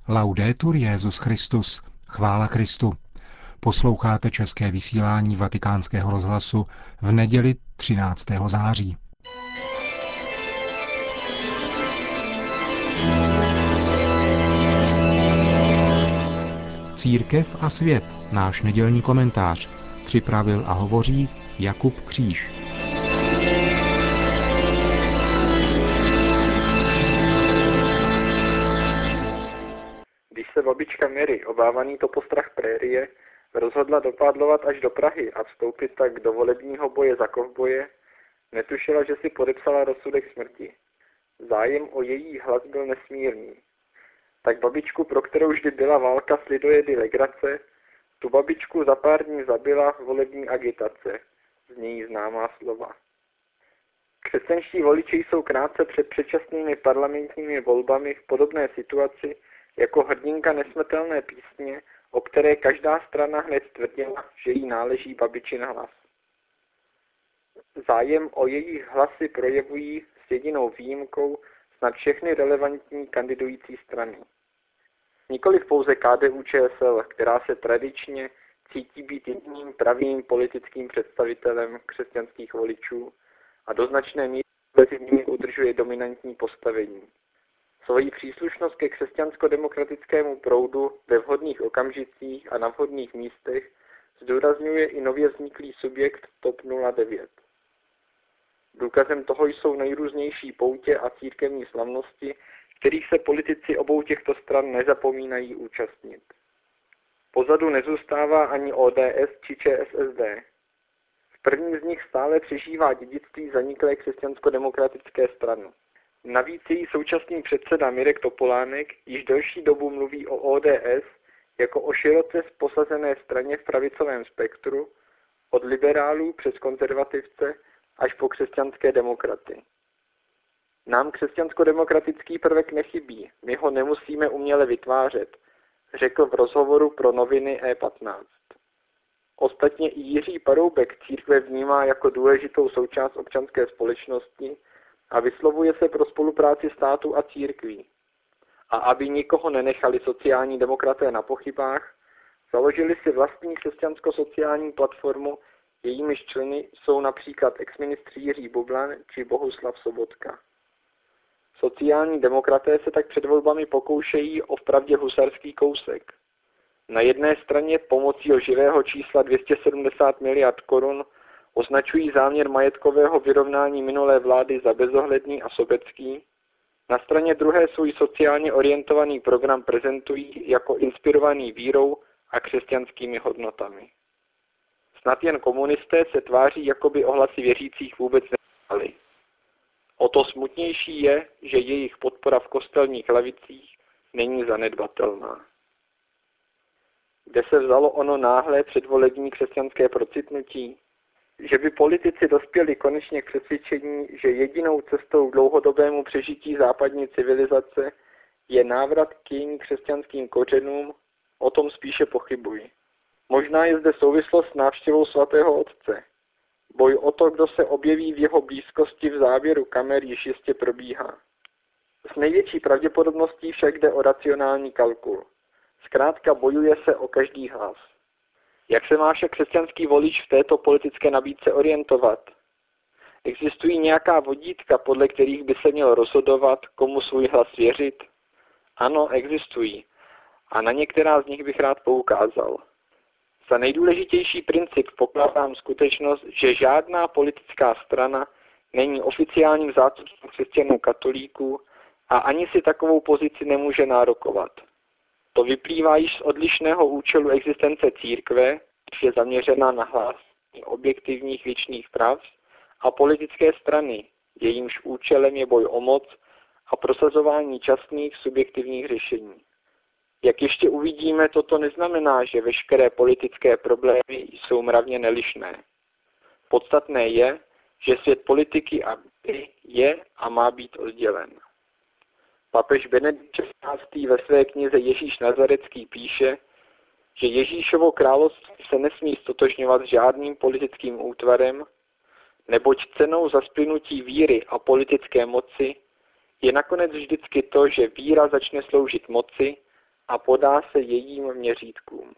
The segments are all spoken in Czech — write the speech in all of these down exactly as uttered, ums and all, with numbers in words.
Laudetur Jesus Christus. Chvála Kristu. Posloucháte české vysílání Vatikánského rozhlasu v neděli třináctého září. Církev a svět, náš nedělní komentář, připravil a hovoří Jakub Kříž. Když se babička Mary, obávaný to postrach prérie, rozhodla dopádlovat až do Prahy a vstoupit tak do volebního boje za kovboje, netušila, že si podepsala rozsudek smrti. Zájem o její hlas byl nesmírný. Tak babičku, pro kterou vždy byla válka s lidojedy legrace, tu babičku za pár dní zabila volební agitace, znějí známá slova. Křesťanští voliči jsou krátce před předčasnými parlamentními volbami v podobné situaci jako hrdinka nesmrtelné písně, o které každá strana hned tvrdila, že jí náleží babičin hlas. Zájem o jejich hlasy projevují s jedinou výjimkou snad všechny relevantní kandidující strany. Nikoliv pouze K D U Č S L, která se tradičně cítí být jediným pravým politickým představitelem křesťanských voličů a do značné míry mezi nimi udržuje dominantní postavení. Svoji příslušnost ke křesťansko-demokratickému proudu ve vhodných okamžicích a na vhodných místech zdůrazňuje i nově vzniklý subjekt T O P nula devět. Důkazem toho jsou nejrůznější poutě a církevní slavnosti, kterých se politici obou těchto stran nezapomínají účastnit. Pozadu nezůstává ani O D S či Č S S D. V první z nich stále přežívá dědictví zaniklé křesťansko-demokratické strany. Navíc její současný předseda Mirek Topolánek již delší dobu mluví o O D S jako o široce posazené straně v pravicovém spektru, od liberálů přes konzervativce až po křesťanské demokraty. Nám křesťansko-demokratický prvek nechybí, my ho nemusíme uměle vytvářet, řekl v rozhovoru pro noviny E patnáct. Ostatně i Jiří Paroubek církve vnímá jako důležitou součást občanské společnosti a vyslovuje se pro spolupráci státu a církví. A aby nikoho nenechali sociální demokraté na pochybách, založili si vlastní křesťansko-sociální platformu, jejímiž členy jsou například exministři Jiří Bublan či Bohuslav Sobotka. Sociální demokraté se tak před volbami pokoušejí o vpravdě husarský kousek. Na jedné straně pomocí živého čísla dvě stě sedmdesát miliard korun označují záměr majetkového vyrovnání minulé vlády za bezohledný a sobecký, na straně druhé svůj sociálně orientovaný program prezentují jako inspirovaný vírou a křesťanskými hodnotami. Snad jen komunisté se tváří, jako by ohlasy věřících vůbec neznali. O to smutnější je, že jejich podpora v kostelních lavicích není zanedbatelná. Kde se vzalo ono náhlé předvolební křesťanské procitnutí? Že by politici dospěli konečně k přesvědčení, že jedinou cestou k dlouhodobému přežití západní civilizace je návrat k jejím křesťanským kořenům, o tom spíše pochybuji. Možná je zde souvislost s návštěvou svatého otce. Boj o to, kdo se objeví v jeho blízkosti v záběru kamer, již jistě probíhá. S největší pravděpodobností však jde o racionální kalkul. Zkrátka bojuje se o každý hlas. Jak se má však křesťanský volič v této politické nabídce orientovat? Existují nějaká vodítka, podle kterých by se měl rozhodovat, komu svůj hlas věřit? Ano, existují. A na některá z nich bych rád poukázal. Za nejdůležitější princip pokládám skutečnost, že žádná politická strana není oficiálním zástupcem křesťanů katolíků a ani si takovou pozici nemůže nárokovat. To vyplývá již z odlišného účelu existence církve, když je zaměřená na hlásání objektivních věčných prav, a politické strany, jejímž účelem je boj o moc a prosazování časných subjektivních řešení. Jak ještě uvidíme, toto neznamená, že veškeré politické problémy jsou mravně nelišné. Podstatné je, že svět politiky je a má být oddělen. Papež Benedikt šestnáctý ve své knize Ježíš Nazarecký píše, že Ježíšovo království se nesmí stotožňovat s žádným politickým útvarem, neboť cenou za splynutí víry a politické moci je nakonec vždycky to, že víra začne sloužit moci a podá se jejím měřítkům.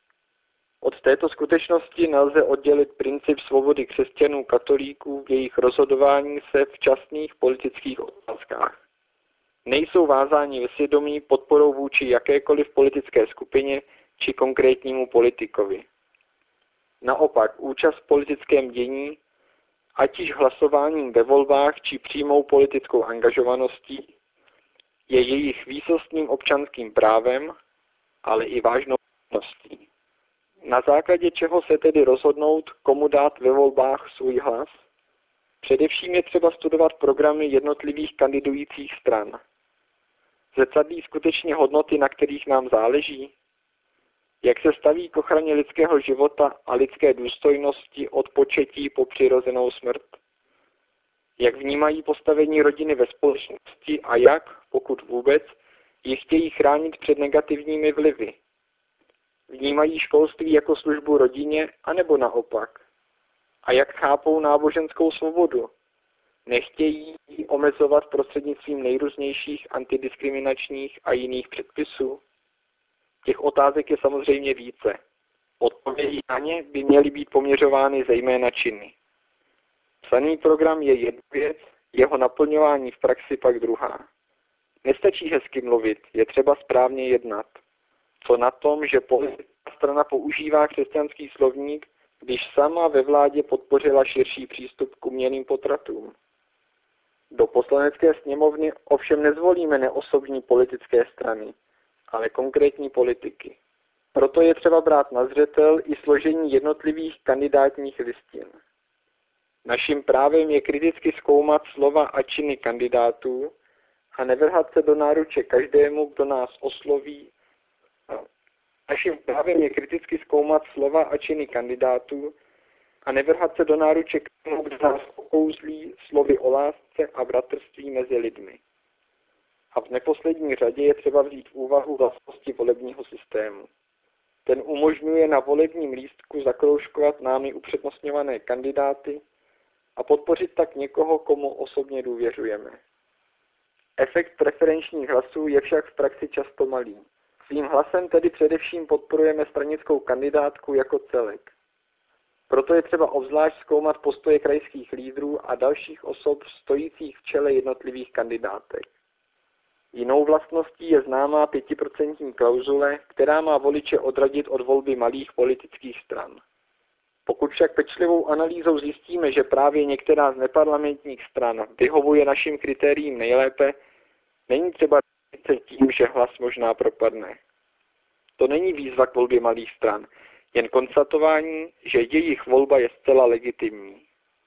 Od této skutečnosti nelze oddělit princip svobody křesťanů katolíků v jejich rozhodování se v časných politických otázkách. Nejsou vázáni ve svědomí podporou vůči jakékoliv politické skupině či konkrétnímu politikovi. Naopak účast v politickém dění, ať již hlasováním ve volbách či přímou politickou angažovaností, je jejich výsostným občanským právem, ale i vážnou povinností. Na základě čeho se tedy rozhodnout, komu dát ve volbách svůj hlas? Především je třeba studovat programy jednotlivých kandidujících stran. Zrcadlí skutečně hodnoty, na kterých nám záleží? Jak se staví k ochraně lidského života a lidské důstojnosti od početí po přirozenou smrt? Jak vnímají postavení rodiny ve společnosti a jak, pokud vůbec, ji chtějí chránit před negativními vlivy? Vnímají školství jako službu rodině, anebo naopak? A jak chápou náboženskou svobodu? Nechtějí ji omezovat prostřednictvím nejrůznějších antidiskriminačních a jiných předpisů? Těch otázek je samozřejmě více. Odpovědi na ně by měly být poměřovány zejména činy. Psaný program je jedna věc, jeho naplňování v praxi pak druhá. Nestačí hezky mluvit, je třeba správně jednat. Co na tom, že politická strana používá křesťanský slovník, když sama ve vládě podpořila širší přístup k umělým potratům? Do poslanecké sněmovny ovšem nezvolíme neosobní politické strany, ale konkrétní politiky. Proto je třeba brát na zřetel i složení jednotlivých kandidátních listin. Naším právem je kriticky zkoumat slova a činy kandidátů a nevrhat se do náruče každému, kdo nás osloví. Naším právem je kriticky zkoumat slova a činy kandidátů a nevrhat se do náruče každému, kdo nás okouzlí slovy o lásce a bratrství mezi lidmi. A v neposlední řadě je třeba vzít v úvahu vlastnosti volebního systému. Ten umožňuje na volebním lístku zakroužkovat námi upřednostňované kandidáty a podpořit tak někoho, komu osobně důvěřujeme. Efekt preferenčních hlasů je však v praxi často malý. Svým hlasem tedy především podporujeme stranickou kandidátku jako celek. Proto je třeba obzvlášť zkoumat postoje krajských lídrů a dalších osob stojících v čele jednotlivých kandidátek. Jinou vlastností je známá pětiprocentní klauzule, která má voliče odradit od volby malých politických stran. Pokud však pečlivou analýzou zjistíme, že právě některá z neparlamentních stran vyhovuje našim kritériím nejlépe, není třeba se tím, že hlas možná propadne. To není výzva k volbě malých stran, jen konstatování, že jejich volba je zcela legitimní.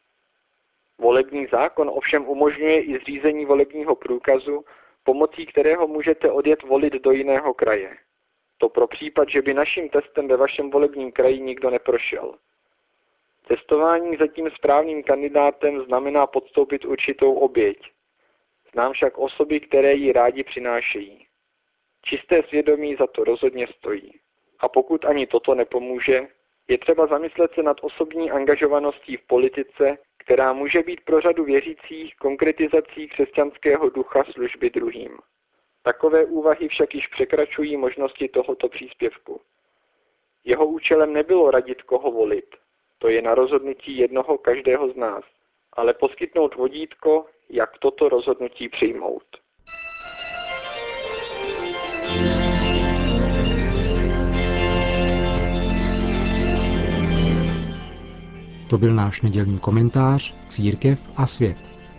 Volební zákon ovšem umožňuje i zřízení volebního průkazu, pomocí kterého můžete odjet volit do jiného kraje. To pro případ, že by naším testem ve vašem volebním kraji nikdo neprošel. Testování za tím správným kandidátem znamená podstoupit určitou oběť. Znám však osoby, které ji rádi přinášejí. Čisté svědomí za to rozhodně stojí. A pokud ani toto nepomůže, je třeba zamyslet se nad osobní angažovaností v politice, která může být pro řadu věřících konkretizací křesťanského ducha služby druhým. Takové úvahy však již překračují možnosti tohoto příspěvku. Jeho účelem nebylo radit, koho volit. To je na rozhodnutí jednoho každého z nás, ale poskytnout vodítko, jak toto rozhodnutí přijmout. To byl náš nedělní komentář Církev a svět.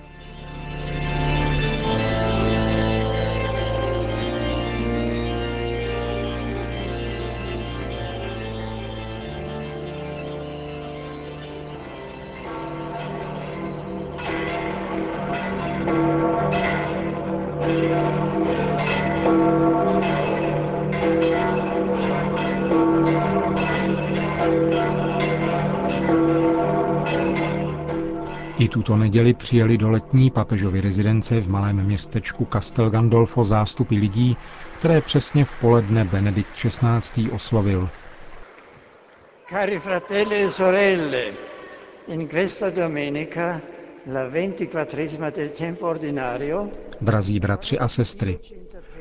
I tuto neděli přijeli do letní papežovy rezidence v malém městečku Castel Gandolfo zástupy lidí, které přesně v poledne Benedikt šestnáctý oslovil. Cari fratelli e sorelle, in questa domenica, la ventiquattresima del tempo ordinario, Drazí bratři a sestry,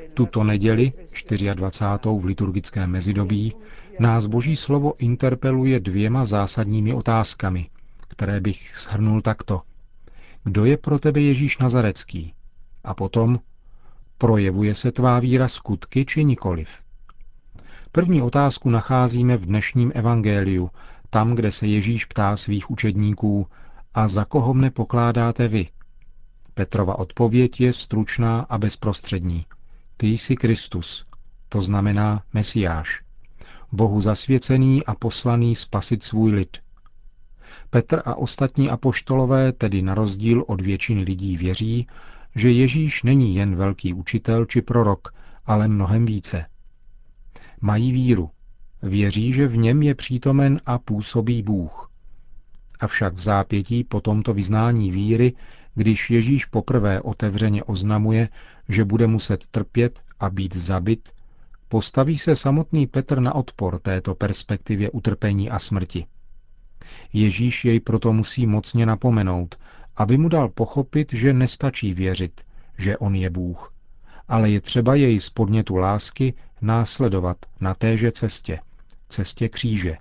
Tuto neděli, dvacátou čtvrtou v liturgickém mezidobí, nás Boží slovo interpeluje dvěma zásadními otázkami, které bych shrnul takto. Kdo je pro tebe Ježíš Nazarecký? A potom, projevuje se tvá víra skutky či nikoliv? První otázku nacházíme v dnešním evangeliu, tam, kde se Ježíš ptá svých učedníků, a za koho mne pokládáte vy? Petrova odpověď je stručná a bezprostřední. Ty jsi Kristus, to znamená Mesiáš, Bohu zasvěcený a poslaný spasit svůj lid. Petr a ostatní apoštolové tedy na rozdíl od většiny lidí věří, že Ježíš není jen velký učitel či prorok, ale mnohem více. Mají víru. Věří, že v něm je přítomen a působí Bůh. Avšak v zápětí po tomto vyznání víry, když Ježíš poprvé otevřeně oznamuje, že bude muset trpět a být zabit, postaví se samotný Petr na odpor této perspektivě utrpení a smrti. Ježíš jej proto musí mocně napomenout, aby mu dal pochopit, že nestačí věřit, že on je Bůh, ale je třeba jej z podnětu lásky následovat na téže cestě, cestě kříže.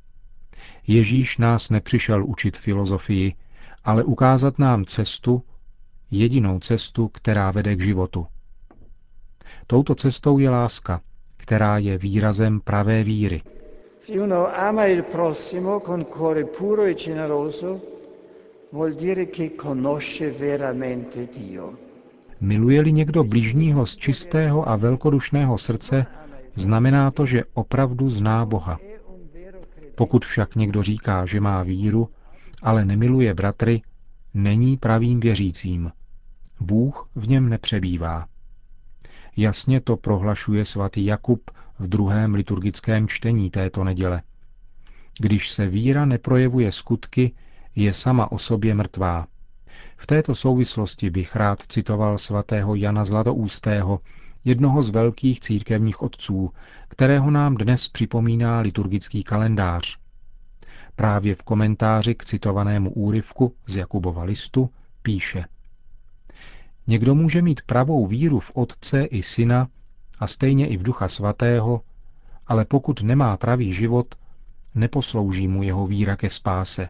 Ježíš nás nepřišel učit filozofii, ale ukázat nám cestu, jedinou cestu, která vede k životu. Touto cestou je láska, která je výrazem pravé víry. Se uno ama il prossimo con cuore puro e generoso, vuol dire che conosce veramente Dio. Miluje-li někdo bližního z čistého a velkodušného srdce, znamená to, že opravdu zná Boha. Pokud však někdo říká, že má víru, ale nemiluje bratry, není pravým věřícím. Bůh v něm nepřebývá. Jasně to prohlašuje svatý Jakub v druhém liturgickém čtení této neděle. Když se víra neprojevuje skutky, je sama o sobě mrtvá. V této souvislosti bych rád citoval svatého Jana Zlatoustého, jednoho z velkých církevních otců, kterého nám dnes připomíná liturgický kalendář. Právě v komentáři k citovanému úryvku z Jakubova listu píše: Někdo může mít pravou víru v Otce i Syna a stejně i v Ducha Svatého, ale pokud nemá pravý život, neposlouží mu jeho víra ke spáse.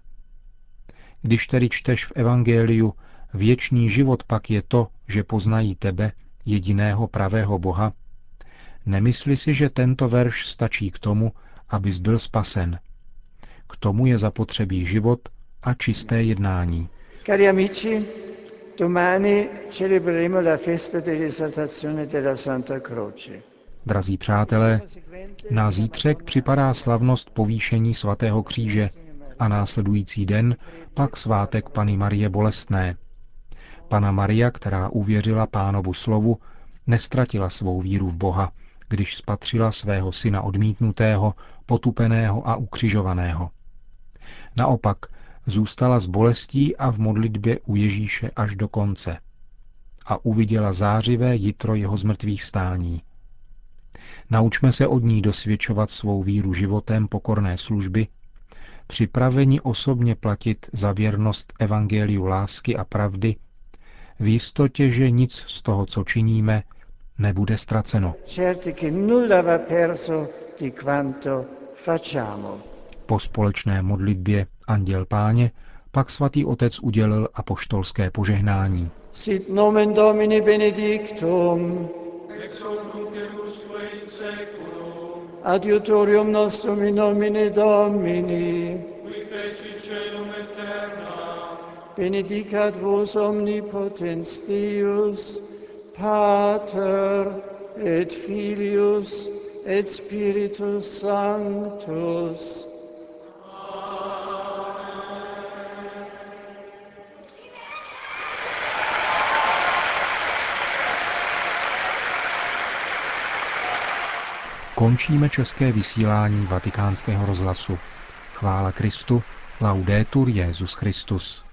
Když tedy čteš v evangeliu, věčný život pak je to, že poznají tebe, jediného pravého Boha, nemysli si, že tento verš stačí k tomu, abys byl spasen. K tomu je zapotřebí život a čisté jednání. Cari amici, domani celebreremo la festa dell'esaltazione della Santa Croce. Drazí přátelé, na zítřek připadá slavnost povýšení svatého kříže a následující den pak svátek Panny Marie Bolestné. Panna Maria, která uvěřila Pánovu slovu, nestratila svou víru v Boha, když spatřila svého syna odmítnutého, potupeného a ukřižovaného. Naopak zůstala s bolestí a v modlitbě u Ježíše až do konce a uviděla zářivé jitro jeho zmrtvých stání. Naučme se od ní dosvědčovat svou víru životem pokorné služby, připraveni osobně platit za věrnost evangeliu lásky a pravdy, v jistotě, že nic z toho, co činíme, nebude ztraceno. Po společné modlitbě Anděl Páně pak svatý otec udělil apoštolské požehnání. Sit nomen Domini benedictum, ex hoc nunc et usque in seculum, adiutorium nostrum in nomine Domini, qui feci caelum et terra, benedicat vos omnipotens Deus, Pater et Filius et Spiritus Sanctus. Končíme české vysílání Vatikánského rozhlasu. Chvála Kristu, laudetur Jesus Christus.